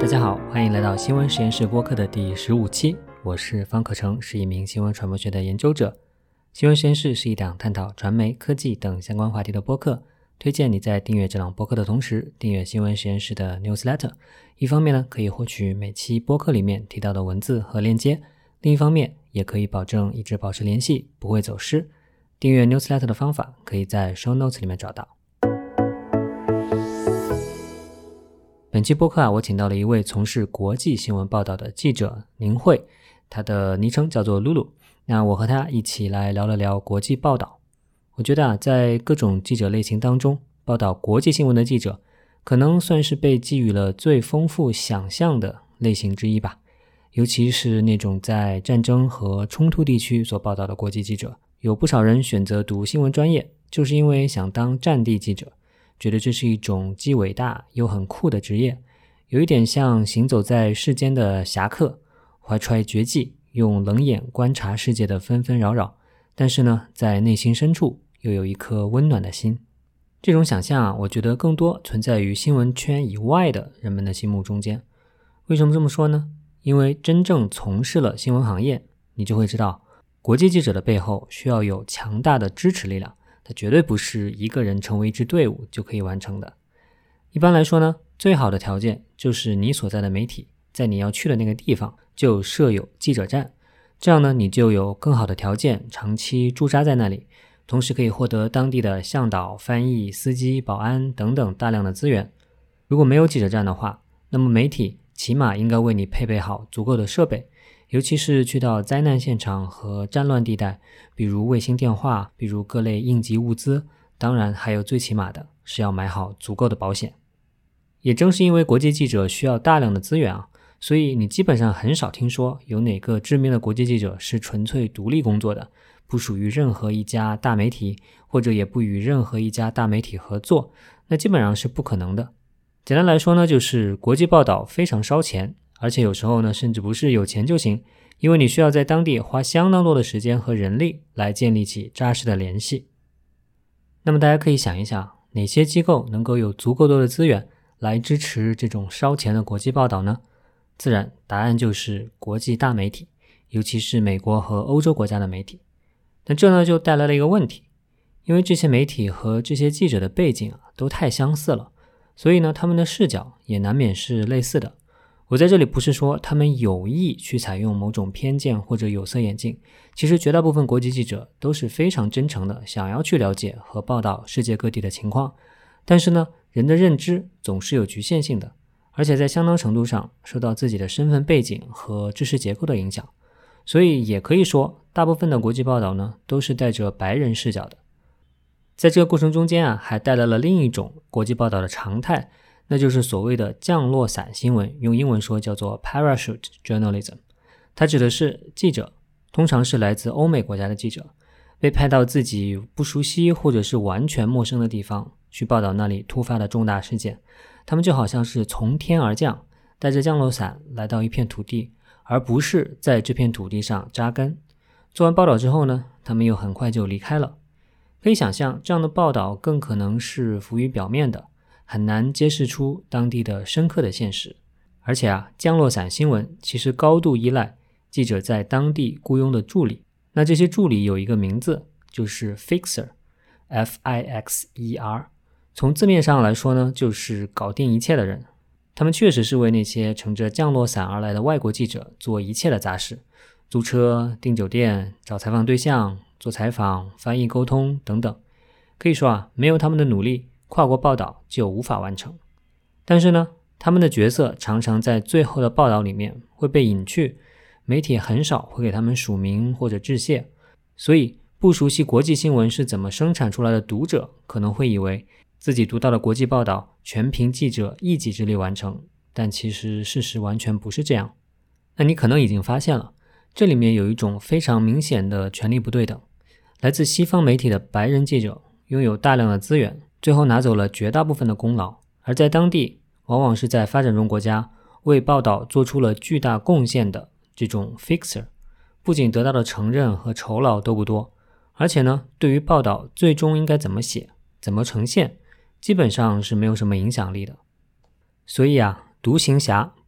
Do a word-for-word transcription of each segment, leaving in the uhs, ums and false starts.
大家好，欢迎来到新闻实验室播客的第十五期，我是方可成，是一名新闻传播学的研究者。新闻实验室是一档探讨传媒、科技等相关话题的播客，推荐你在订阅这档播客的同时，订阅新闻实验室的 newsletter。一方面呢，可以获取每期播客里面提到的文字和链接；另一方面，也可以保证一直保持联系，不会走失。订阅 newsletter 的方法可以在 show notes 里面找到。本期播客啊，我请到了一位从事国际新闻报道的记者宁慧，他的昵称叫做露露。那我和他一起来聊了聊国际报道。我觉得啊，在各种记者类型当中，报道国际新闻的记者可能算是被寄予了最丰富想象的类型之一吧。尤其是那种在战争和冲突地区所报道的国际记者，有不少人选择读新闻专业，就是因为想当战地记者，觉得这是一种既伟大又很酷的职业，有一点像行走在世间的侠客，怀揣绝技，用冷眼观察世界的纷纷扰扰，但是呢，在内心深处又有一颗温暖的心。这种想象啊，我觉得更多存在于新闻圈以外的人们的心目中间。为什么这么说呢？因为真正从事了新闻行业，你就会知道，国际记者的背后需要有强大的支持力量，它绝对不是一个人成为一支队伍就可以完成的。一般来说呢，最好的条件就是你所在的媒体在你要去的那个地方就设有记者站，这样呢，你就有更好的条件长期驻扎在那里，同时可以获得当地的向导、翻译、司机、保安等等大量的资源。如果没有记者站的话，那么媒体起码应该为你配备好足够的设备，尤其是去到灾难现场和战乱地带，比如卫星电话，比如各类应急物资，当然还有最起码的是要买好足够的保险。也正是因为国际记者需要大量的资源啊，所以你基本上很少听说有哪个知名的国际记者是纯粹独立工作的，不属于任何一家大媒体，或者也不与任何一家大媒体合作，那基本上是不可能的。简单来说呢，就是国际报道非常烧钱，而且有时候呢，甚至不是有钱就行，因为你需要在当地花相当多的时间和人力来建立起扎实的联系。那么大家可以想一想，哪些机构能够有足够多的资源来支持这种烧钱的国际报道呢？自然答案就是国际大媒体，尤其是美国和欧洲国家的媒体。那这呢就带来了一个问题，因为这些媒体和这些记者的背景啊都太相似了，所以呢他们的视角也难免是类似的。我在这里不是说他们有意去采用某种偏见或者有色眼镜，其实绝大部分国际记者都是非常真诚的想要去了解和报道世界各地的情况，但是呢人的认知总是有局限性的，而且在相当程度上受到自己的身份背景和知识结构的影响，所以也可以说大部分的国际报道呢都是带着白人视角的。在这个过程中间啊，还带来了另一种国际报道的常态，那就是所谓的降落伞新闻，用英文说叫做 parachute journalism。 它指的是记者，通常是来自欧美国家的记者，被派到自己不熟悉或者是完全陌生的地方去报道那里突发的重大事件。他们就好像是从天而降，带着降落伞来到一片土地，而不是在这片土地上扎根。做完报道之后呢，他们又很快就离开了。可以想象，这样的报道更可能是浮于表面的，很难揭示出当地的深刻的现实。而且啊，降落伞新闻其实高度依赖记者在当地雇佣的助理，那这些助理有一个名字，就是 fixer， F I X E R。 从字面上来说呢，就是搞定一切的人。他们确实是为那些乘着降落伞而来的外国记者做一切的杂事，租车、订酒店、找采访对象、做采访、翻译沟通等等。可以说啊，没有他们的努力，跨国报道就无法完成。但是呢，他们的角色常常在最后的报道里面会被隐去，媒体很少会给他们署名或者致谢，所以不熟悉国际新闻是怎么生产出来的读者可能会以为自己读到的国际报道全凭记者一己之力完成，但其实事实完全不是这样。那你可能已经发现了，这里面有一种非常明显的权力不对等。来自西方媒体的白人记者拥有大量的资源，最后拿走了绝大部分的功劳，而在当地往往是在发展中国家为报道做出了巨大贡献的这种 fixer， 不仅得到的承认和酬劳都不多，而且呢，对于报道最终应该怎么写、怎么呈现，基本上是没有什么影响力的。所以啊，独行侠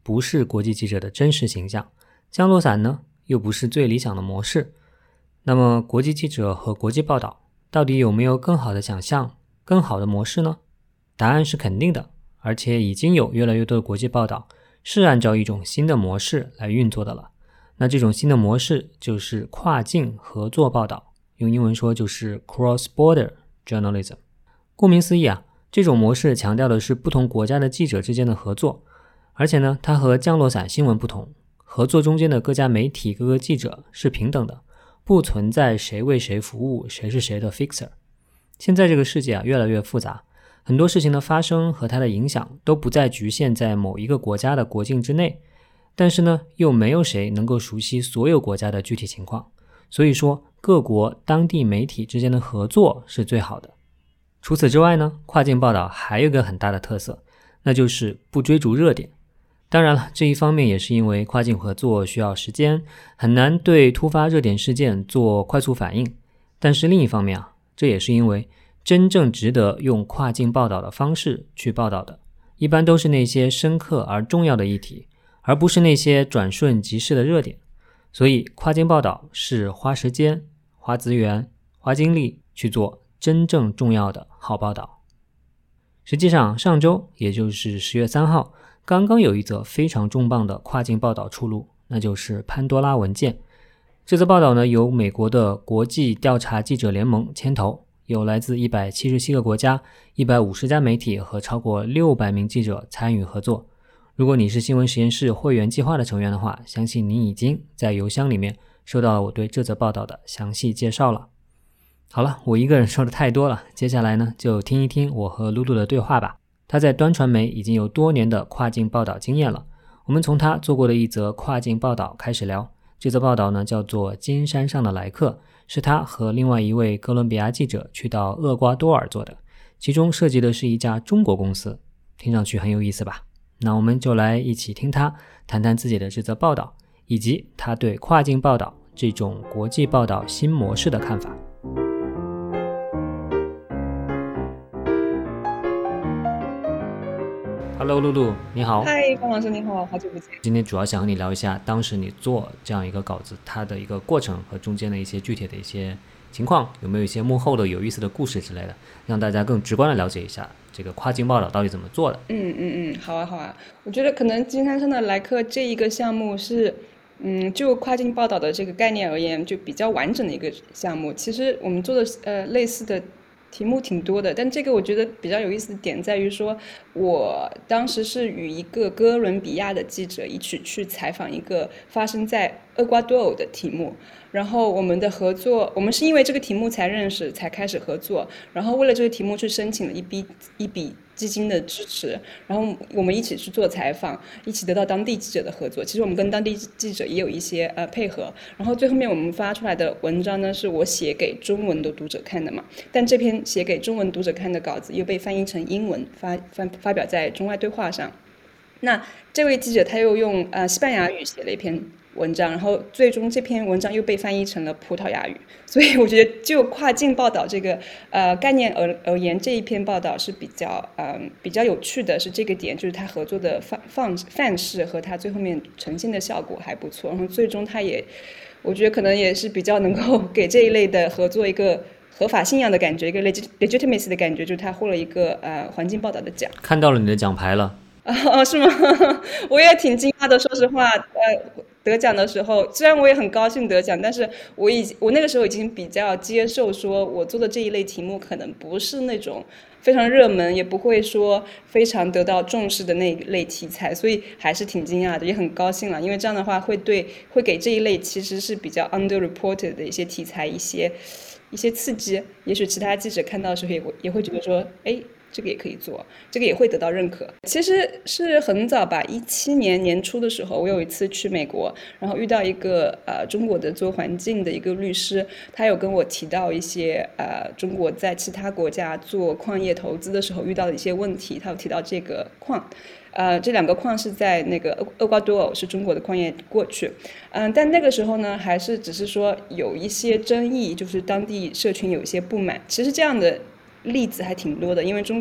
不是国际记者的真实形象，降落伞呢又不是最理想的模式。那么国际记者和国际报道到底有没有更好的想象，更好的模式呢？答案是肯定的，而且已经有越来越多的国际报道是按照一种新的模式来运作的了。那这种新的模式就是跨境合作报道，用英文说就是 cross-border journalism。 顾名思义啊，这种模式强调的是不同国家的记者之间的合作，而且呢，它和降落伞新闻不同，合作中间的各家媒体各个记者是平等的，不存在谁为谁服务，谁是谁的 fixer。 现在这个世界啊越来越复杂，很多事情的发生和它的影响都不再局限在某一个国家的国境之内，但是呢，又没有谁能够熟悉所有国家的具体情况，所以说各国当地媒体之间的合作是最好的。除此之外呢，跨境报道还有一个很大的特色，那就是不追逐热点。当然了，这一方面也是因为跨境合作需要时间，很难对突发热点事件做快速反应。但是另一方面啊，这也是因为真正值得用跨境报道的方式去报道的，一般都是那些深刻而重要的议题，而不是那些转瞬即逝的热点。所以跨境报道是花时间、花资源、花精力去做真正重要的好报道。实际上上周也就是十月三号，刚刚有一则非常重磅的跨境报道出炉，那就是潘多拉文件。这则报道呢，由美国的国际调查记者联盟牵头，有来自一百七十七个国家、一百五十家媒体和超过六百名记者参与合作。如果你是新闻实验室会员计划的成员的话，相信你已经在邮箱里面收到了我对这则报道的详细介绍了。好了，我一个人说的太多了，接下来呢，就听一听我和露露的对话吧。他在端传媒已经有多年的跨境报道经验了，我们从他做过的一则跨境报道开始聊。这则报道呢叫做金山上的来客，是他和另外一位哥伦比亚记者去到厄瓜多尔做的，其中涉及的是一家中国公司，听上去很有意思吧？那我们就来一起听他谈谈自己的这则报道，以及他对跨境报道这种国际报道新模式的看法。Hello， 露露，你好。 嗨，方老师，你好，好久不见。 今天主要想和你聊一下当时你做这样一个稿子，它的一个过程和中间的一些具体的一些情况，有没有一些幕后的有意思的故事之类的，让大家更直观的了解一下这个跨境报道到底怎么做的。 嗯嗯嗯，好啊好啊。我觉得可能金山上的来客这一个项目是，嗯，就跨境报道的这个概念而言，就比较完整的一个项目。其实我们做的呃类似的题目挺多的，但这个我觉得比较有意思的点在于说，我当时是与一个哥伦比亚的记者一起去采访一个发生在厄瓜多尔的题目，然后我们的合作，我们是因为这个题目才认识，才开始合作，然后为了这个题目去申请了一笔一笔基金的支持，然后我们一起去做采访，一起得到当地记者的合作。其实我们跟当地记者也有一些呃配合，然后最后面我们发出来的文章呢，是我写给中文的读者看的嘛，但这篇写给中文读者看的稿子又被翻译成英文发发发表在中外对话上。那这位记者他又用呃西班牙语写了一篇文章，然后最终这篇文章又被翻译成了葡萄牙语。所以我觉得就跨境报道这个呃概念而而言，这一篇报道是比较呃比较有趣的，是这个点，就是他合作的范范范式和他最后面呈现的效果还不错，然后最终他也我觉得可能也是比较能够给这一类的合作一个合法信仰的感觉，一个 legitimacy 的感觉，就是他获了一个呃环境报道的奖。 看到了你的奖牌了。 哦，是吗？我也挺惊讶的，说实话，呃，得奖的时候，虽然我也很高兴得奖，但是我已我那个时候已经比较接受，说我做的这一类题目可能不是那种非常热门，也不会说非常得到重视的那一类题材，所以还是挺惊讶的，也很高兴了，因为这样的话会对会给这一类其实是比较 underreported 的一些题材一些一些刺激，也许其他记者看到的时候也会也会觉得说，哎。这个也可以做，这个也会得到认可。其实是很早吧，一七年年初的时候，我有一次去美国，然后遇到一个呃中国的做环境的一个律师，他有跟我提到一些呃中国在其他国家做矿业投资的时候遇到的一些问题，他有提到这个矿。呃，这两个矿是在那个厄瓜多尔，是中国的矿业过去，嗯，但那个时候呢，还是只是说有一些争议，就是当地社群有一些不满。其实这样的例子还挺多的，因为中国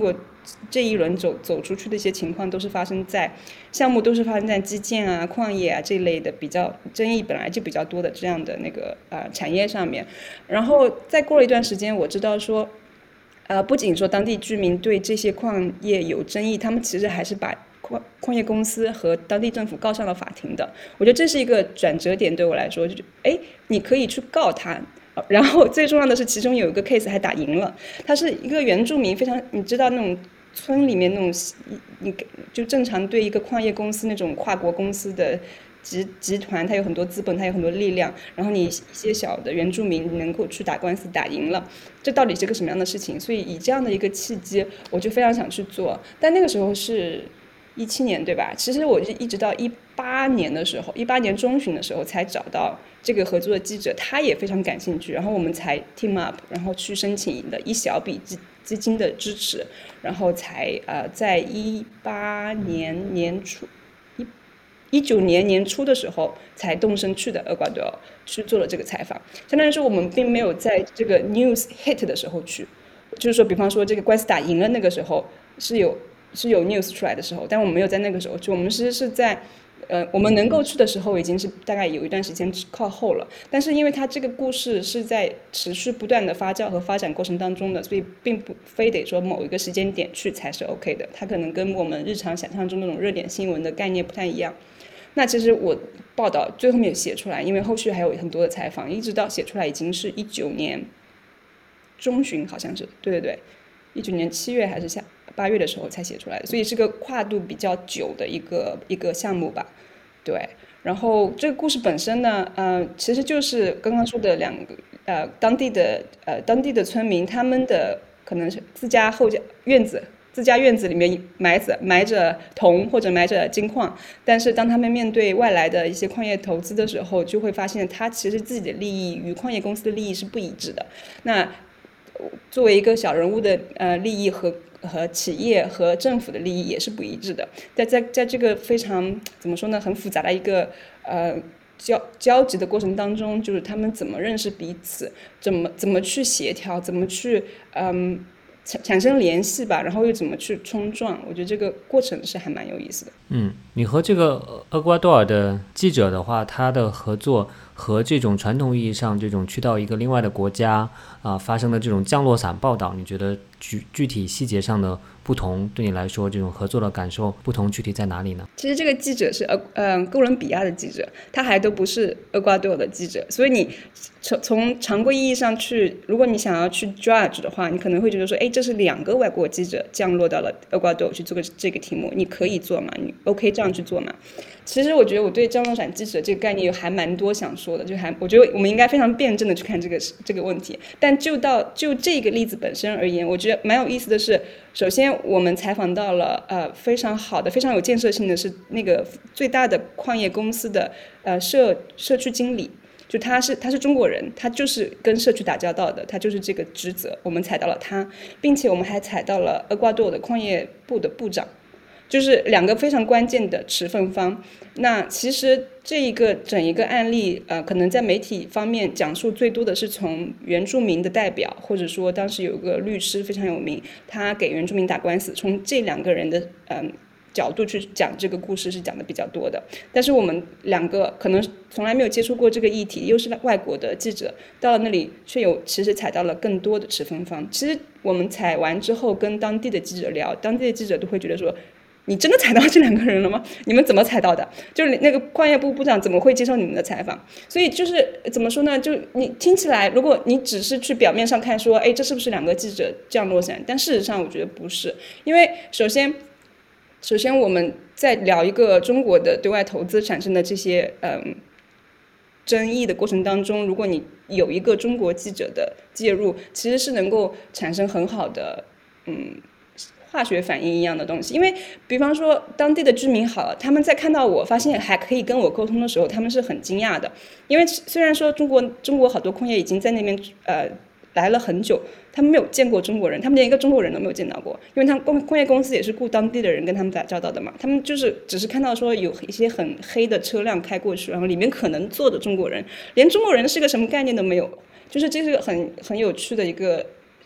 这一轮走走出去的一些情况都是发生在项目都是发生在基建啊、矿业啊这一类的比较争议本来就比较多的这样的那个呃产业上面。然后再过了一段时间，我知道说。呃，不仅说当地居民对这些矿业有争议，他们其实还是把矿矿业公司和当地政府告上了法庭的。我觉得这是一个转折点，对我来说，就哎，你可以去告他。然后最重要的是，其中有一个 case 还打赢了。他是一个原住民，非常你知道那种村里面那种，你就正常对一个矿业公司那种跨国公司的。集集团它有很多资本，它有很多力量，然后你一些小的原住民能够去打官司打赢了，这到底是个什么样的事情？所以以这样的一个契机，我就非常想去做。但那个时候是一七年对吧？其实我就一直到一八年的时候，一八年中旬的时候才找到这个合作的记者，他也非常感兴趣，然后我们才 team up， 然后去申请的一小笔基基金的支持，然后才呃在一八年年初。一九年年初的时候才动身去的厄瓜多尔去做了这个采访，相当于说我们并没有在这个 news hit 的时候去，就是说比方说这个官司打赢了那个时候是有是有 news 出来的时候，但我们没有在那个时候去，我们其实是在呃我们能够去的时候已经是大概有一段时间靠后了，但是因为它这个故事是在持续不断的发酵和发展过程当中的，所以并不非得说某一个时间点去才是 OK 的，它可能跟我们日常想象中那种热点新闻的概念不太一样。那其实我报道最后面写出来，因为后续还有很多的采访，一直到写出来已经是一九年中旬，好像是对对对，一九年七月还是下八月的时候才写出来的，所以是个跨度比较久的一个一个项目吧，对。然后这个故事本身呢，呃，其实就是刚刚说的两个呃当地的呃当地的村民，他们的可能是自家后家院子。自家院子里面埋着埋着铜或者埋着金矿，但是当他们面对外来的一些矿业投资的时候，就会发现他其实自己的利益与矿业公司的利益是不一致的。那作为一个小人物的呃利益和和企业和政府的利益也是不一致的。在在在这个非常怎么说呢，很复杂的一个呃交交集的过程当中，就是他们怎么认识彼此，怎么怎么去协调，怎么去嗯。产生联系吧，然后又怎么去冲撞，我觉得这个过程是还蛮有意思的。 嗯，你和这个厄瓜多尔的记者的话，他的合作和这种传统意义上这种去到一个另外的国家啊、呃、发生的这种降落伞报道，你觉得具具体细节上的不同，对你来说这种合作的感受不同具体在哪里呢？ 其实这个记者是呃呃哥伦比亚的记者，他还都不是厄瓜多尔的记者，所以你从从常规意义上去，如果你想要去 judge 的话，你可能会觉得说，哎，这是两个外国记者降落到了厄瓜多尔去做个这个题目，你可以做吗？你 OK 这样去做吗？其实我觉得我对降落伞记者这个概念还蛮多想说的，就还我觉得我们应该非常辩证的去看这个这个问题。但就到就这个例子本身而言，我觉得蛮有意思的是，首先我们采访到了呃非常好的、非常有建设性的是那个最大的矿业公司的呃社社区经理。就他是他是中国人，他就是跟社区打交道的，他就是这个职责。我们采到了他，并且我们还采到了厄瓜多尔的矿业部的部长，就是两个非常关键的持份方。那其实这一个整一个案例，呃，可能在媒体方面讲述最多的是从原住民的代表，或者说当时有个律师非常有名，他给原住民打官司，从这两个人的嗯。呃角度去讲这个故事是讲的比较多的，但是我们两个可能从来没有接触过这个议题，又是外国的记者，到了那里却有其实采到了更多的持份方。其实我们采完之后跟当地的记者聊，当地的记者都会觉得说，你真的采到这两个人了吗？你们怎么采到的？就是那个矿业部部长怎么会接受你们的采访？所以就是怎么说呢？就你听起来，如果你只是去表面上看说，哎，这是不是两个记者降落伞？但事实上我觉得不是，因为首先首先我们在聊一个中国的对外投资产生的这些嗯争议的过程当中，如果你有一个中国记者的介入，其实是能够产生很好的嗯化学反应一样的东西。因为比方说当地的居民好了，他们在看到我发现还可以跟我沟通的时候，他们是很惊讶的。因为虽然说中国中国好多矿业已经在那边呃来了很久，他们没有见过中国人，他们连一个中国人都没有见到过，因为他们工工业公司也是雇当地的人跟他们打交道的嘛，他们就是只是看到说有一些很黑的车辆开过去，然后里面可能坐的中国人，连中国人是个什么概念都没有，就是这是很很有趣的一个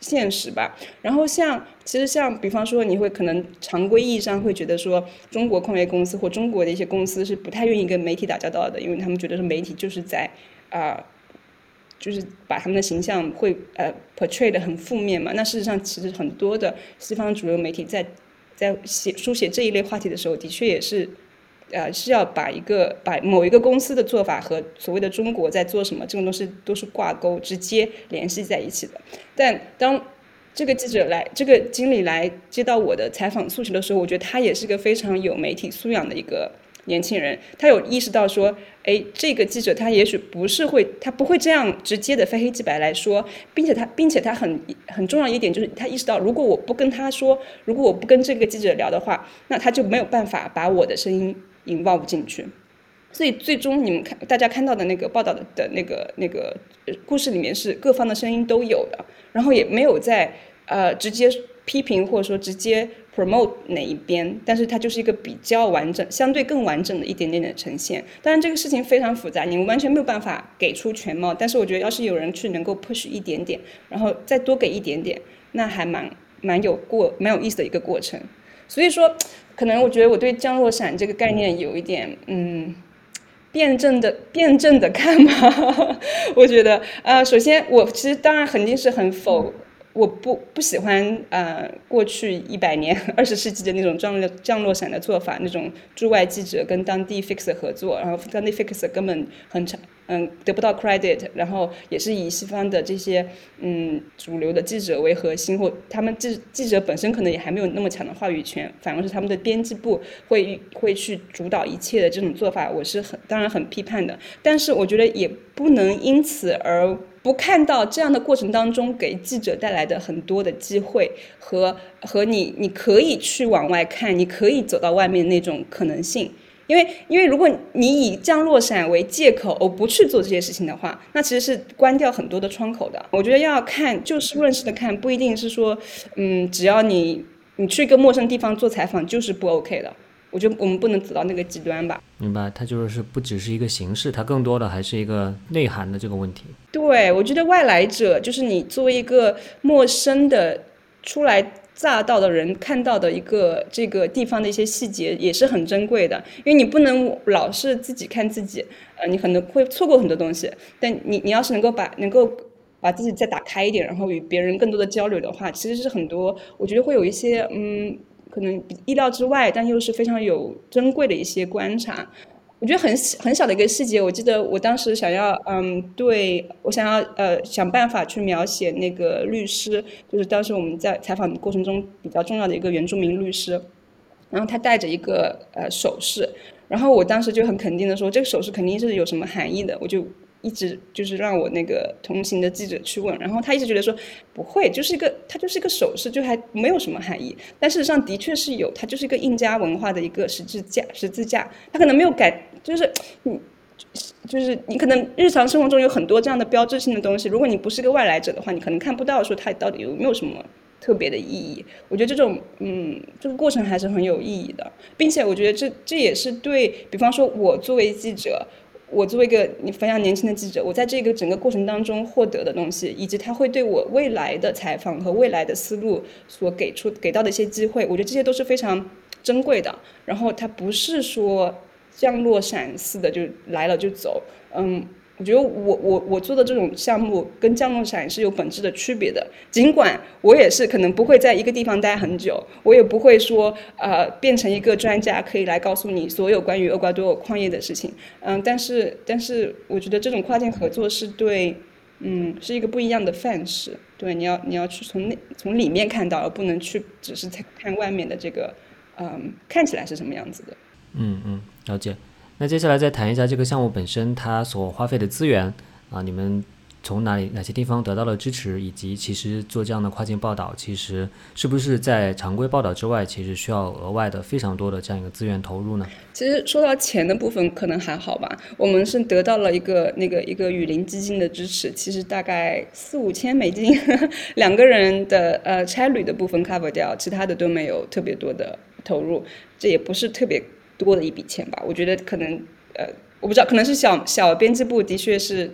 现实吧。然后像其实像比方说，你会可能常规意义上会觉得说，中国矿业公司或中国的一些公司是不太愿意跟媒体打交道的，因为他们觉得说媒体就是在啊、呃就是把他们的形象会呃 portray 的很负面嘛。那事实上，其实很多的西方主流媒体在在写书写这一类话题的时候，的确也是呃是要把一个把某一个公司的做法和所谓的中国在做什么这种东西都是挂钩直接联系在一起的。但当这个记者来，这个经理来接到我的采访诉求的时候，我觉得他也是个非常有媒体素养的一个年轻人。他有意识到说，哎，这个记者他也许不是会，他不会这样直接的非黑即白来说，并且他，并且他很很重要一点就是，他意识到，如果我不跟他说，如果我不跟这个记者聊的话，那他就没有办法把我的声音引爆进去。所以最终你们看，大家看到的那个报道的的那个那个故事里面是各方的声音都有的，然后也没有在呃直接批评或者说直接 promote 哪一边，但是它就是一个比较完整、相对更完整的一点点的呈现。当然这个事情非常复杂，你们完全没有办法给出全貌，但是我觉得要是有人去能够 push 一点点，然后再多给一点点，那还蛮蛮有过蛮有意思的一个过程。所以说，可能我觉得我对降落伞这个概念有一点嗯。辩证的辩证的看吧，我觉得，呃，首先我其实当然肯定是很否，我不不喜欢呃过去一百年二十世纪的那种降落降落伞的做法，那种驻外记者跟当地 fixer 合作，然后当地 fixer 根本很长嗯得不到 credit，然后也是以西方的这些嗯主流的记者为核心，或他们记记者本身可能也还没有那么强的话语权，反而是他们的编辑部会会去主导一切的这种做法，我是很当然很批判的。但是我觉得也不能因此而不看到这样的过程当中给记者带来的很多的机会和和你你可以去往外看，你可以走到外面那种可能性。因为因为如果你以降落伞为借口而不去做这些事情的话，那其实是关掉很多的窗口的。我觉得要看就事论事的看，不一定是说，嗯，只要你你去一个陌生地方做采访就是不 OK 的。我觉得我们不能走到那个极端吧。 明白，它就是不只是一个形式，它更多的还是一个内涵的这个问题。 对，我觉得外来者就是你作为一个陌生的出来乍到的人看到的一个这个地方的一些细节也是很珍贵的，因为你不能老是自己看自己，呃，你可能会错过很多东西。但你你要是能够把能够把自己再打开一点，然后与别人更多的交流的话，其实是很多，我觉得会有一些嗯，可能意料之外，但又是非常有珍贵的一些观察。我觉得很很小的一个细节，我记得我当时想要，嗯，对我想要呃想办法去描写那个律师，就是当时我们在采访过程中比较重要的一个原住民律师，然后他戴着一个呃首饰，然后我当时就很肯定的说，这个首饰肯定是有什么含义的，我就一直就是让我那个同行的记者去问，然后他一直觉得说不会，就是一个它就是一个首饰，就还没有什么含义。但事实上的确是有，它就是一个印加文化的一个十字架，十字架，它可能没有改，就是你。就是你可能日常生活中有很多这样的标志性的东西，如果你不是个外来者的话，你可能看不到说它到底有没有什么特别的意义。我觉得这种嗯，这个过程还是很有意义的，并且我觉得这这也是对比方说我作为记者，我作为一个你非常年轻的记者，我在这个整个过程当中获得的东西，以及他会对我未来的采访和未来的思路所给出给到的一些机会，我觉得这些都是非常珍贵的。然后它不是说降落伞似的就来了就走，嗯，我觉得我我我做的这种项目跟降落伞是有本质的区别的。尽管我也是可能不会在一个地方待很久，我也不会说呃变成一个专家可以来告诉你所有关于厄瓜多尔矿业的事情，嗯，但是但是我觉得这种跨境合作是对，嗯，是一个不一样的范式。对，你要你要去从内从里面看到，而不能去只是在看外面的这个，嗯，看起来是什么样子的。 嗯嗯，了解。那接下来再谈一下这个项目本身它所花费的资源啊，你们从哪里哪些地方得到了支持，以及其实做这样的跨境报道，其实是不是在常规报道之外，其实需要额外的非常多的这样一个资源投入呢？ 其实说到钱的部分可能还好吧，我们是得到了一个那个一个雨林基金的支持，其实大概四五千美金，两个人的呃差旅的部分 cover 掉，其他的都没有特别多的投入，这也不是特别多的一笔钱吧。我觉得可能呃我不知道，可能是小小编辑部的确是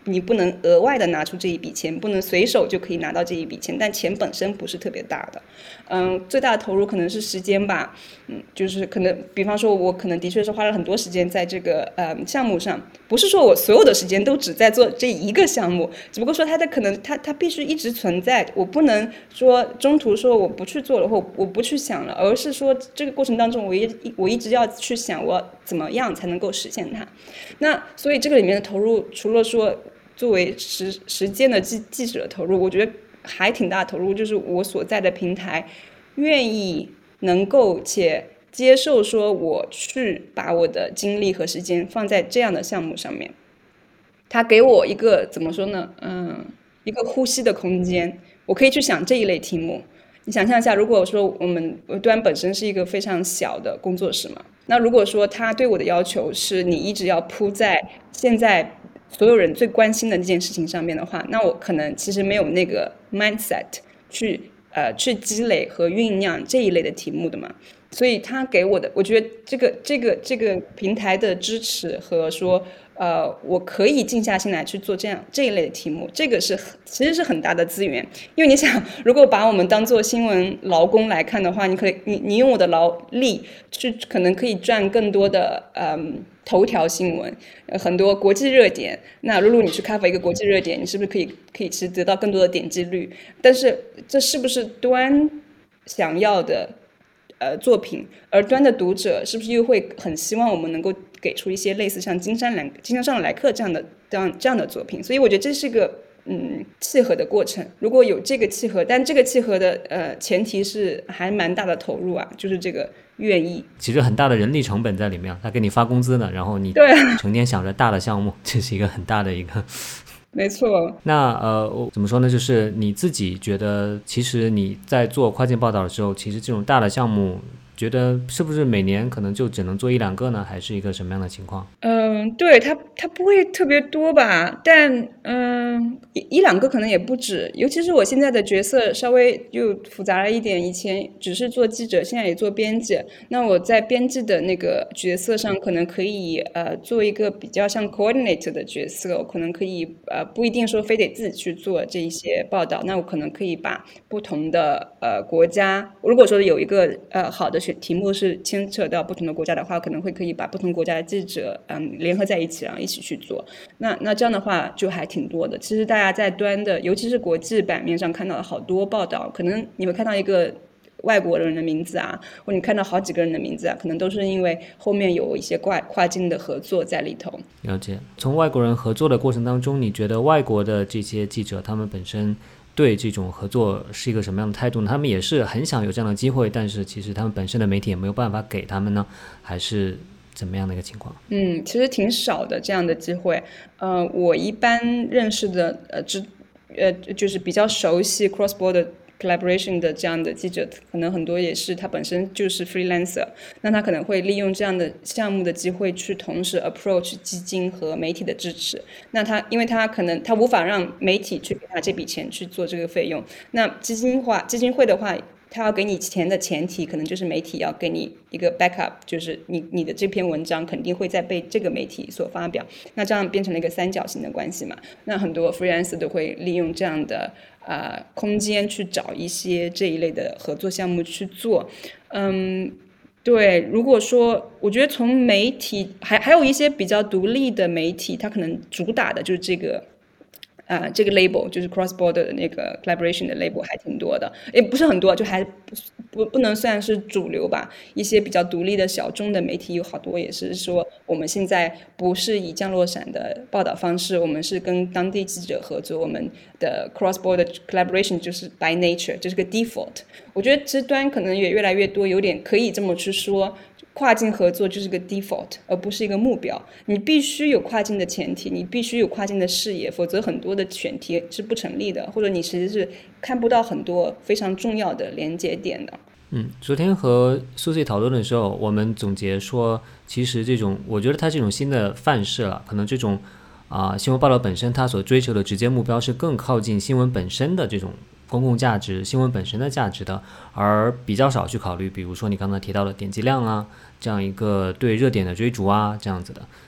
你不能额外的拿出这一笔钱，不能随手就可以拿到这一笔钱，但钱本身不是特别大的。嗯，最大的投入可能是时间吧。嗯，就是可能，比方说，我可能的确是花了很多时间在这个呃项目上，不是说我所有的时间都只在做这一个项目，只不过说它的可能它它必须一直存在，我不能说中途说我不去做了或我不去想了，而是说这个过程当中我一我一直要去想我怎么样才能够实现它。那所以这个里面的投入，除了说作为实实践的记记者的投入，我觉得还挺大的投入，就是我所在的平台愿意能够且接受说我去把我的精力和时间放在这样的项目上面，它给我一个怎么说呢？嗯，一个呼吸的空间，我可以去想这一类题目。你想象一下，如果说我们端本身是一个非常小的工作室嘛，那如果说他对我的要求是你一直要扑在现在所有人最关心的这件事情上面的话，那我可能其实没有那个 mindset 去呃去积累和酝酿这一类的题目的嘛。所以他给我的，我觉得这个这个这个平台的支持和说，呃，我可以静下心来去做这样这一类的题目，这个是其实是很大的资源。因为你想，如果把我们当做新闻劳工来看的话，你可以你你用我的劳力去，可能可以赚更多的嗯头条新闻，呃很多国际热点。那露露你去 cover 一个国际热点，你是不是可以可以其实得到更多的点击率？但是这是不是端想要的？呃，作品，而端的读者是不是又会很希望我们能够给出一些类似像金山来金山上的来客这样的这样这样的作品？所以我觉得这是个嗯契合的过程。如果有这个契合，但这个契合的呃前提是还蛮大的投入啊，就是这个愿意， 其实很大的人力成本在里面，他给你发工资呢，然后你成天想着大的项目，这是一个很大的一个。 没错。 那呃，怎么说呢？就是你自己觉得，其实你在做跨境报道的时候，其实这种大的项目，觉得是不是每年可能就只能做一两个呢？还是一个什么样的情况？ 嗯，对，它它不会特别多吧，但嗯，一一两个可能也不止。尤其是我现在的角色稍微又复杂了一点，以前只是做记者，现在也做编辑。那我在编辑的那个角色上，可能可以呃做一个比较像 coordinator 的角色，我可能可以呃不一定说非得自己去做这一些报道，那我可能可以把不同的呃国家，如果说有一个呃好的选题目是牵扯到不同的国家的话，可能会可以把不同国家的记者嗯联合在一起，然后一起去做。那那这样的话就还挺多的。其实大家在端的，尤其是国际版面上看到了好多报道，可能你会看到一个外国人的名字啊，或者你看到好几个人的名字啊，可能都是因为后面有一些跨跨境的合作在里头。 了解。从外国人合作的过程当中，你觉得外国的这些记者他们本身对这种合作是一个什么样的态度呢？他们也是很想有这样的机会，但是其实他们本身的媒体也没有办法给他们呢，还是怎么样的一个情况？ 嗯，其实挺少的这样的机会。呃，我一般认识的呃，知呃就是比较熟悉 cross border collaboration 的这样的记者，可能很多也是他本身就是 freelancer， 那他可能会利用这样的项目的机会去同时 approach 基金和媒体的支持。那他因为他可能他无法让媒体去给他这笔钱去做这个费用，那基金化基金会的话，他要给你钱的前提，可能就是媒体要给你一个 backup， 就是你你的这篇文章肯定会在被这个媒体所发表，那这样变成了一个三角形的关系嘛。那很多 freelancer 都会利用这样的呃空间去找一些这一类的合作项目去做。嗯，对，如果说我觉得从媒体还还有一些比较独立的媒体，它可能主打的就是这个。啊、呃，这个 label 就是 cross border 的那个 collaboration 的 label 还挺多的，也不是很多，就还不不能算是主流吧。一些比较独立的小众的媒体有好多也是说，我们现在不是以降落伞的报道方式，我们是跟当地记者合作，我们的 cross border collaboration 就是 by nature， 就是个 default。我觉得其实端可能也越来越多，有点可以这么去说。跨境合作就是个 default， 而不是一个目标。你必须有跨境的前提，你必须有跨境的视野，否则很多的选题是不成立的，或者你其实是看不到很多非常重要的连接点的。 嗯，昨天和苏西讨论的时候，我们总结说，其实这种我觉得它这种新的范式了，可能这种啊、呃、新闻报道本身它所追求的直接目标是更靠近新闻本身的这种公共价值，新闻本身的价值的，而比较少去考虑比如说你刚才提到的点击量啊，这样一个对热点的追逐啊，这样子的。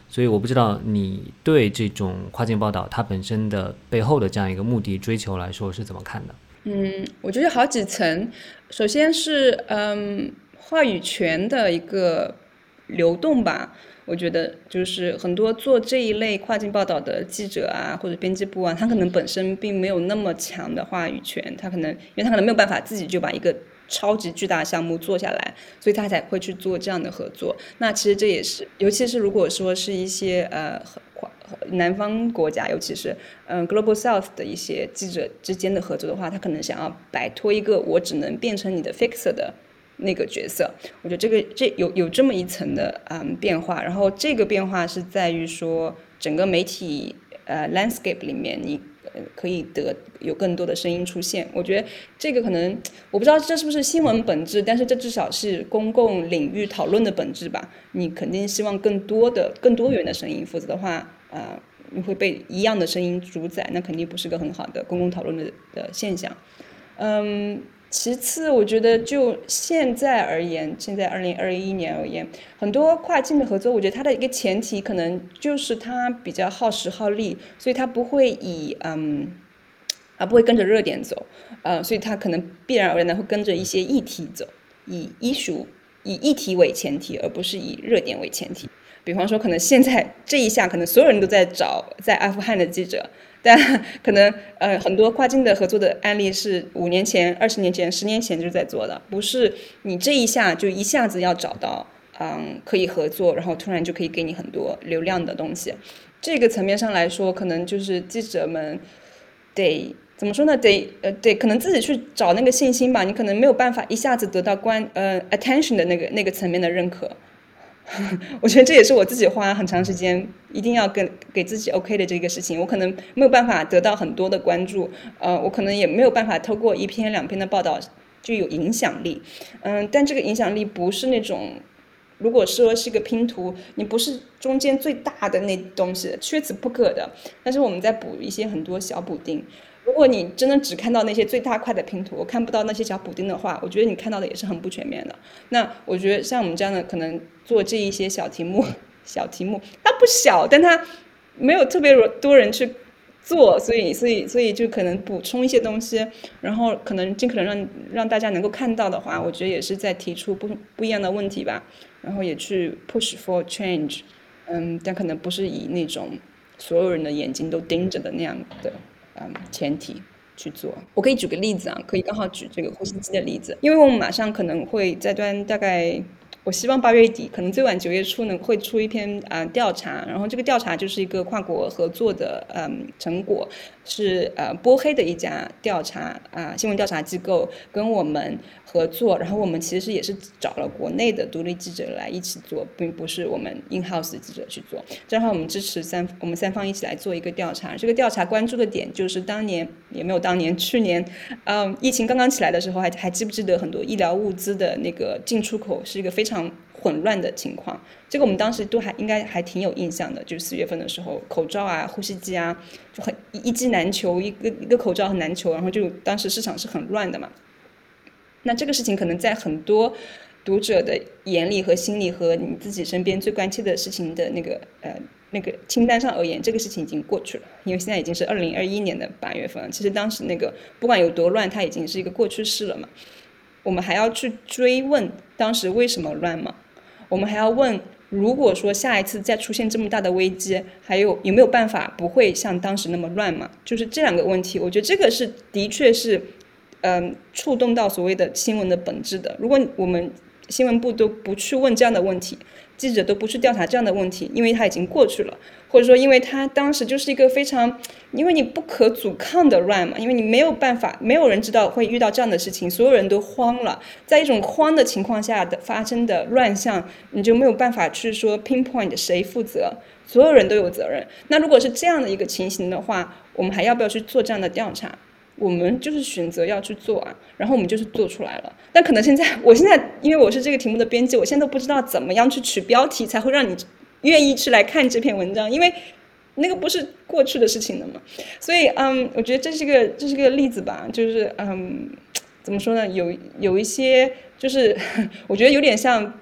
所以我不知道你对这种跨境报道它本身的背后的这样一个目的追求来说是怎么看的？ 嗯，我觉得好几层。首先是嗯，话语权的一个流动吧。我觉得就是很多做这一类跨境报道的记者啊，或者编辑部啊，他可能本身并没有那么强的话语权，他可能因为他可能没有办法自己就把一个超级巨大的项目做下来，所以他才会去做这样的合作。那其实这也是，尤其是如果说是一些呃南方国家，尤其是嗯 Global South 的一些记者之间的合作的话，他可能想要摆脱一个我只能变成你的 fixer 的那个角色。我觉得这个这有有这么一层的嗯变化，然后这个变化是在于说整个媒体呃 landscape 里面你。可以得有更多的声音出现，我觉得这个可能我不知道这是不是新闻本质，但是这至少是公共领域讨论的本质吧。你肯定希望更多的、更多元的声音，否则的话，呃，你会被一样的声音主宰，那肯定不是个很好的公共讨论的的现象。嗯，其次，我觉得就现在而言，现在二零二一年而言，很多跨境的合作，我觉得它的一个前提可能就是它比较耗时耗力，所以它不会以嗯啊不会跟着热点走，呃，所以它可能必然而然的会跟着一些议题走，以医术以议题为前提，而不是以热点为前提。比方说，可能现在这一下，可能所有人都在找在阿富汗的记者，但可能呃很多跨境的合作的案例是五年前、二十年前、十年前就在做的，不是你这一下就一下子要找到嗯可以合作，然后突然就可以给你很多流量的东西。这个层面上来说，可能就是记者们得怎么说呢？得呃得可能自己去找那个信心吧。你可能没有办法一下子得到关呃 attention 的那个那个层面的认可。我觉得这也是我自己花很长时间一定要跟给自己 OK 的这个事情。我可能没有办法得到很多的关注，呃，我可能也没有办法透过一篇两篇的报道就有影响力，嗯，但这个影响力不是那种，如果说是个拼图，你不是中间最大的那东西，缺此不可的。但是我们在补一些很多小补丁。如果你真的只看到那些最大块的拼图，我看不到那些小补丁的话，我觉得你看到的也是很不全面的。那我觉得像我们这样的，可能做这一些小题目，小题目它不小，但它没有特别多人去做，所以所以所以就可能补充一些东西，然后可能尽可能让让大家能够看到的话，我觉得也是在提出不不一样的问题吧，然后也去 push for change，嗯，但可能不是以那种所有人的眼睛都盯着的那样的。嗯，前提去做。我可以举个例子啊，可以刚好举这个呼吸机的例子，因为我们马上可能会在端大概，我希望八月底，可能最晚九月初呢会出一篇啊、呃、调查，然后这个调查就是一个跨国合作的嗯成果，是呃波黑的一家调查啊、呃、新闻调查机构跟我们合作，然后我们其实也是找了国内的独立记者来一起做，并不是我们 in house 的记者去做。正好我们支持三我们三方一起来做一个调查，这个调查关注的点就是当年也没有当年去年，嗯，疫情刚刚起来的时候，还还记不记得很多医疗物资的那个进出口是一个非常混乱的情况？这个我们当时都还应该还挺有印象的，就是四月份的时候，口罩啊、呼吸机啊，就很一机难求，一个一个口罩很难求，然后就当时市场是很乱的嘛。那这个事情可能在很多读者的眼里和心里，和你自己身边最关切的事情的那个呃那个清单上而言，这个事情已经过去了，因为现在已经是二零二一年的八月份了。其实当时那个不管有多乱，它已经是一个过去式了嘛。我们还要去追问当时为什么乱吗？我们还要问，如果说下一次再出现这么大的危机，还有有没有办法不会像当时那么乱嘛？就是这两个问题，我觉得这个是的确是。嗯，触动到所谓的新闻的本质的。如果我们新闻部都不去问这样的问题，记者都不去调查这样的问题，因为它已经过去了，或者说因为它当时就是一个非常，因为你不可阻抗的乱嘛，因为你没有办法，没有人知道会遇到这样的事情，所有人都慌了，在一种慌的情况下的发生的乱象，你就没有办法去说 pinpoint 谁负责，所有人都有责任。那如果是这样的一个情形的话，我们还要不要去做这样的调查？我们就是选择要去做啊，然后我们就是做出来了。但可能现在，我现在因为我是这个题目的编辑，我现在都不知道怎么样去取标题才会让你愿意去来看这篇文章，因为那个不是过去的事情了嘛。所以，嗯，我觉得这是个这是个例子吧，就是嗯，怎么说呢？有有一些就是我觉得有点像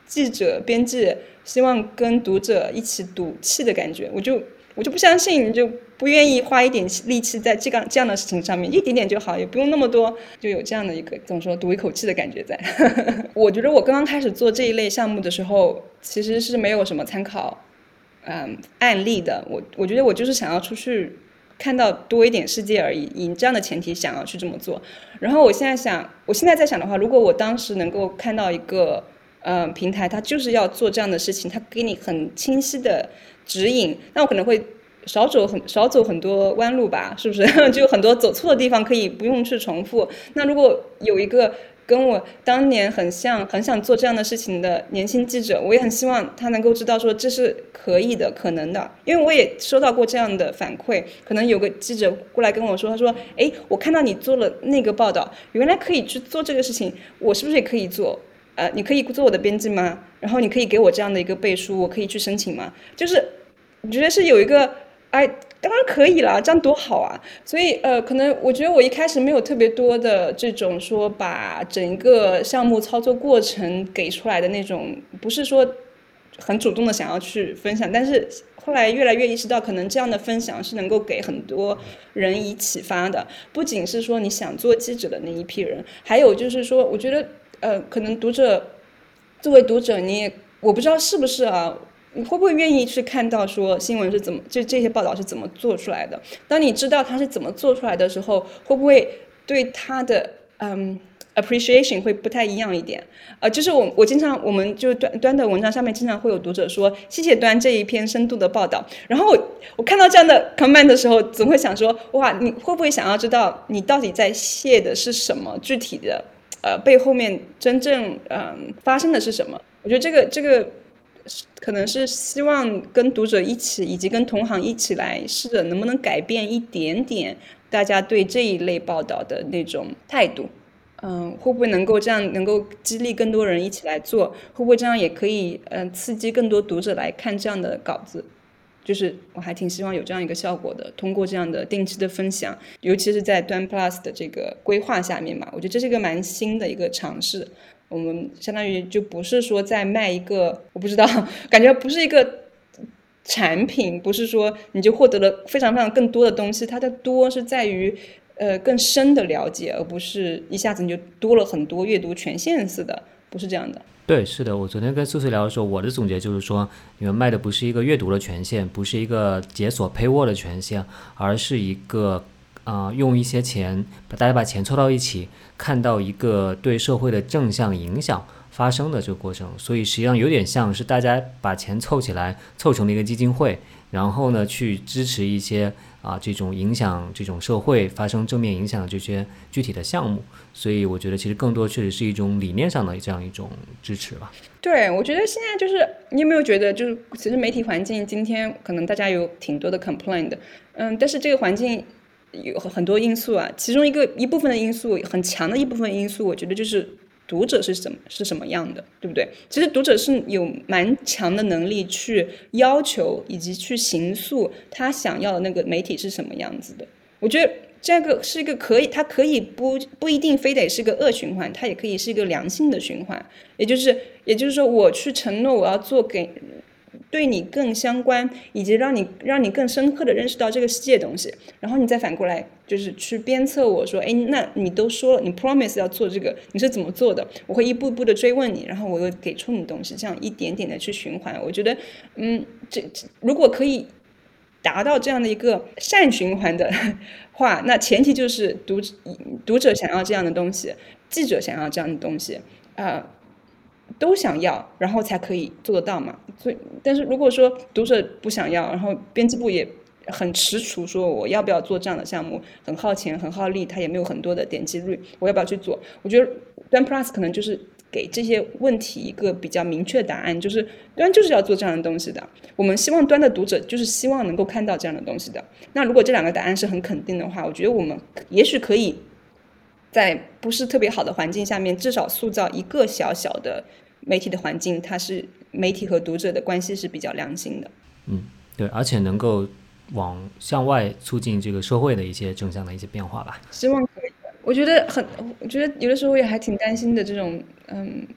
记者编辑希望跟读者一起赌气的感觉，我就我就不相信，你就不愿意花一点力气在这个这样的事情上面，一点点就好，也不用那么多，就有这样的一个怎么说赌一口气的感觉在。我觉得我刚刚开始做这一类项目的时候，其实是没有什么参考嗯案例的，我我觉得我就是想要出去看到多一点世界而已，以这样的前提想要去这么做。然后我现在想，我现在在想的话，如果我当时能够看到一个呃平台，它就是要做这样的事情，它给你很清晰的指引，那我可能会少走很少走很多弯路吧，是不是？就很多走错的地方可以不用去重复。那如果有一个跟我当年很像很想做这样的事情的年轻记者，我也很希望他能够知道说这是可以的可能的，因为我也收到过这样的反馈，可能有个记者过来跟我说，他说哎，我看到你做了那个报道，原来可以去做这个事情，我是不是也可以做？呃，你可以做我的编辑吗？然后你可以给我这样的一个背书，我可以去申请吗？就是我觉得是有一个哎，当然可以啦，这样多好啊！所以呃，可能我觉得我一开始没有特别多的这种说把整个项目操作过程给出来的那种，不是说很主动的想要去分享，但是后来越来越意识到，可能这样的分享是能够给很多人以启发的，不仅是说你想做记者的那一批人，还有就是说，我觉得呃，可能读者作为读者，你也我不知道是不是啊，你会不会愿意去看到说新闻是怎么，这这些报道是怎么做出来的？当你知道它是怎么做出来的时候，会不会对它的嗯 appreciation 会不太一样一点？呃，就是我我经常我们就端端的文章上面经常会有读者说谢谢端这一篇深度的报道，然后我我看到这样的 comment 的时候，总会想说哇，你会不会想要知道你到底在谢的是什么具体的？呃，背后面真正嗯、呃、发生的是什么？我觉得这个这个可能是希望跟读者一起，以及跟同行一起来试着能不能改变一点点大家对这一类报道的那种态度。嗯，会不会能够这样能够激励更多人一起来做？会不会这样也可以嗯、呃、刺激更多读者来看这样的稿子？就是我还挺希望有这样一个效果的，通过这样的定期的分享，尤其是在端 Plus 的这个规划下面吧，我觉得这是一个蛮新的一个尝试。我们相当于就不是说在卖一个，我不知道，感觉不是一个产品，不是说你就获得了非常非常更多的东西，它的多是在于呃更深的了解，而不是一下子你就多了很多阅读权限似的，不是这样的。 对，是的，我昨天跟苏苏聊的时候，我的总结就是说，你们卖的不是一个阅读的权限，不是一个解锁 paywall 的权限，而是一个啊、呃，用一些钱把大家把钱凑到一起，看到一个对社会的正向影响发生的这个过程。所以实际上有点像是大家把钱凑起来，凑成了一个基金会，然后呢去支持一些啊这种影响这种社会发生正面影响的这些具体的项目。所以我觉得其实更多确实是一种理念上的这样一种支持吧。 对，我觉得现在就是你有没有觉得，就是其实媒体环境今天可能大家有挺多的 complaint 的，嗯，但是这个环境有很多因素啊，其中一个一部分的因素，很强的一部分因素，我觉得就是读者是什么是什么样的，对不对？其实读者是有蛮强的能力去要求以及去形塑他想要的那个媒体是什么样子的。我觉得这个是一个可以，它可以不不一定非得是个恶循环，它也可以是一个良性的循环。也就是也就是说，我去承诺我要做给对你更相关，以及让你让你更深刻的认识到这个世界的东西，然后你再反过来就是去鞭策我说，哎，那你都说了，你 promise 要做这个，你是怎么做的？我会一步步的追问你，然后我又给出你东西，这样一点点的去循环。我觉得，嗯，这如果可以达到这样的一个善循环的话，那前提就是读读者想要这样的东西，记者想要这样的东西，啊、呃，都想要，然后才可以做得到嘛。所以，但是如果说读者不想要，然后编辑部也很踟蹰，说我要不要做这样的项目，很耗钱，很耗力，它也没有很多的点击率，我要不要去做？我觉得端 Plus 可能就是给这些问题一个比较明确的答案，就是端就是要做这样的东西的。我们希望端的读者就是希望能够看到这样的东西的。那如果这两个答案是很肯定的话，我觉得我们也许可以在不是特别好的环境下面，至少塑造一个小小的媒体的环境，它是媒体和读者的关系是比较良性的。 嗯，对，而且能够往向外促进这个社会的一些正向的一些变化吧。 希望可以。我觉得很，我觉得有的时候也还挺担心的，这种嗯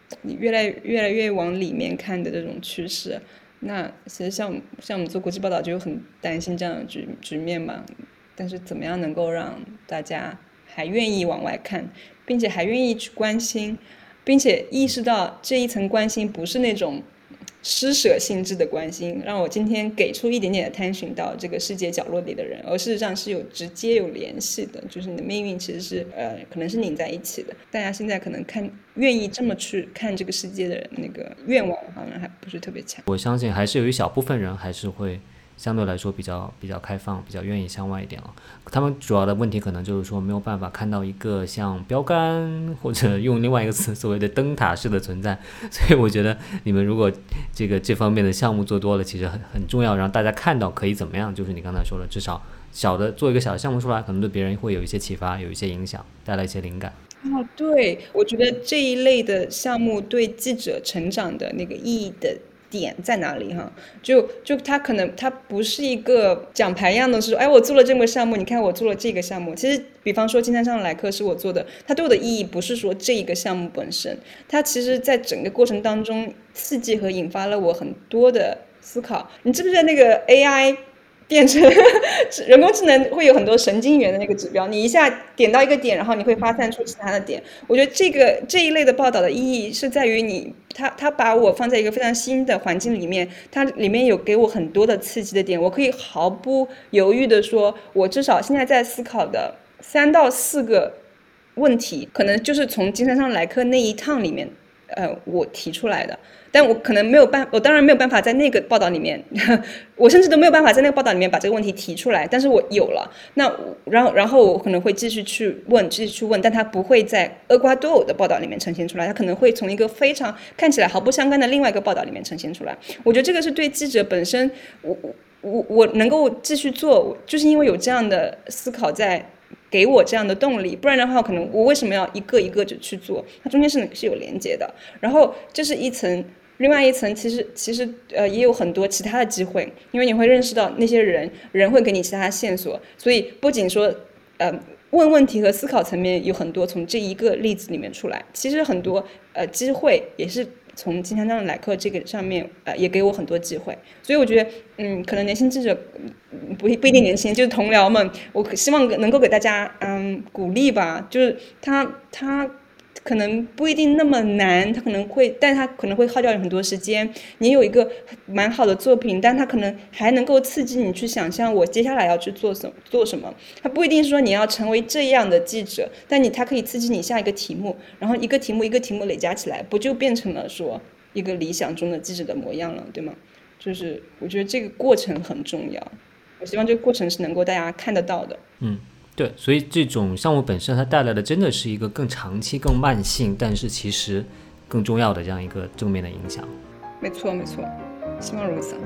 你越来越来越往里面看的这种趋势。那其实像像我们做国际报道就很担心这样的局局面嘛，但是怎么样能够让大家还愿意往外看，并且还愿意去关心，并且意识到这一层关心不是那种施舍性质的关心，让我今天给出一点点的 attention 到这个世界角落里的人，而事实上是有直接有联系的，就是你的命运其实是呃可能是拧在一起的。大家现在可能看愿意这么去看这个世界的人，那个愿望好像还不是特别强。 我相信还是有一小部分人还是会相对来说比较比较开放，比较愿意向外一点了。他们主要的问题可能就是说没有办法看到一个像标杆，或者用另外一个词所谓的灯塔式的存在。所以我觉得你们如果这个这方面的项目做多了，其实很很重要，让大家看到可以怎么样。就是你刚才说的，至少小的做一个小的项目出来，可能对别人会有一些启发，有一些影响，带来一些灵感。 哦，对，我觉得这一类的项目对记者成长的那个意义的点在哪里哈？就就他可能他不是一个奖牌一样的，是说，哎，我做了这个项目，你看我做了这个项目。其实，比方说金山上来客是我做的，它对我的意义不是说这一个项目本身，它其实在整个过程当中刺激和引发了我很多的思考。你知不知道那个 A I？变成人工智能会有很多神经元的那个指标，你一下点到一个点，然后你会发散出其他的点。我觉得这个这一类的报道的意义是在于你，它它把我放在一个非常新的环境里面，它里面有给我很多的刺激的点，我可以毫不犹豫的说，我至少现在在思考的三到四个问题，可能就是从金山上来客那一趟里面，呃，我提出来的。但我可能没有办，我当然没有办法在那个报道里面，我甚至都没有办法在那个报道里面把这个问题提出来。但是我有了，那然后然后我可能会继续去问，继续去问，但它不会在厄瓜多尔的报道里面呈现出来，它可能会从一个非常看起来毫不相干的另外一个报道里面呈现出来。我觉得这个是对记者本身，我我我能够继续做，就是因为有这样的思考在。给我这样的动力，不然的话，可能我为什么要一个一个就去做？它中间是是有连接的。然后这是一层，另外一层其实其实呃也有很多其他的机会，因为你会认识到那些人，人会给你其他的线索，所以不仅说呃问问题和思考层面有很多从这一个例子里面出来，其实很多呃机会也是。从金山上来客这个上面，呃，也给我很多机会，所以我觉得，嗯，可能年轻记者不不一定年轻，就是同僚们，我希望能够给大家，嗯，鼓励吧，就是他他可能不一定那么难，他可能会，但他可能会耗掉很多时间。你有一个蛮好的作品，但他可能还能够刺激你去想象我接下来要去做什么做什么。他不一定说你要成为这样的记者，但你他可以刺激你下一个题目，然后一个题目一个题目累加起来，不就变成了说一个理想中的记者的模样了，对吗？就是我觉得这个过程很重要，我希望这个过程是能够大家看得到的。 嗯。对，所以这种项目本身它带来的真的是一个更长期更慢性，但是其实更重要的这样一个正面的影响。 没错没错，希望如此。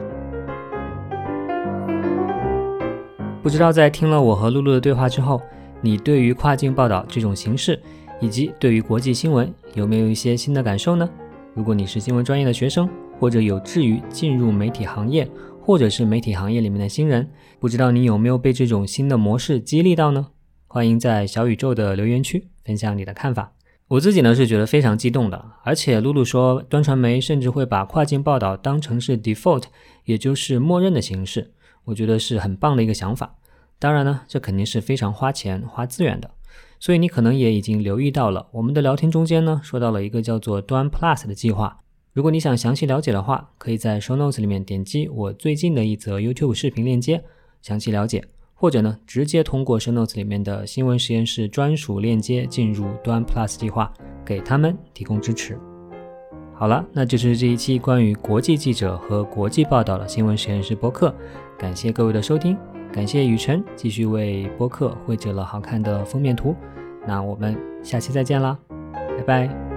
不知道在听了我和露露的对话之后，你对于跨境报道这种形式以及对于国际新闻有没有一些新的感受呢？如果你是新闻专业的学生，或者有志于进入媒体行业，或者是媒体行业里面的新人，不知道你有没有被这种新的模式激励到呢？欢迎在小宇宙的留言区分享你的看法。我自己呢是觉得非常激动的，而且露露说端传媒甚至会把跨境报道当成是 default， 也就是默认的形式，我觉得是很棒的一个想法。当然呢，这肯定是非常花钱花资源的，所以你可能也已经留意到了，我们的聊天中间呢说到了一个叫做端 Plus 的计划。如果你想详细了解的话，可以在 show notes 里面点击我最近的一则 YouTube 视频链接详细了解，或者呢直接通过 show notes 里面的新闻实验室专属链接进入端 Plus 计划，给他们提供支持。好了，那就是这一期关于国际记者和国际报道的新闻实验室播客，感谢各位的收听，感谢雨辰继续为播客绘制了好看的封面图，那我们下期再见啦，拜拜。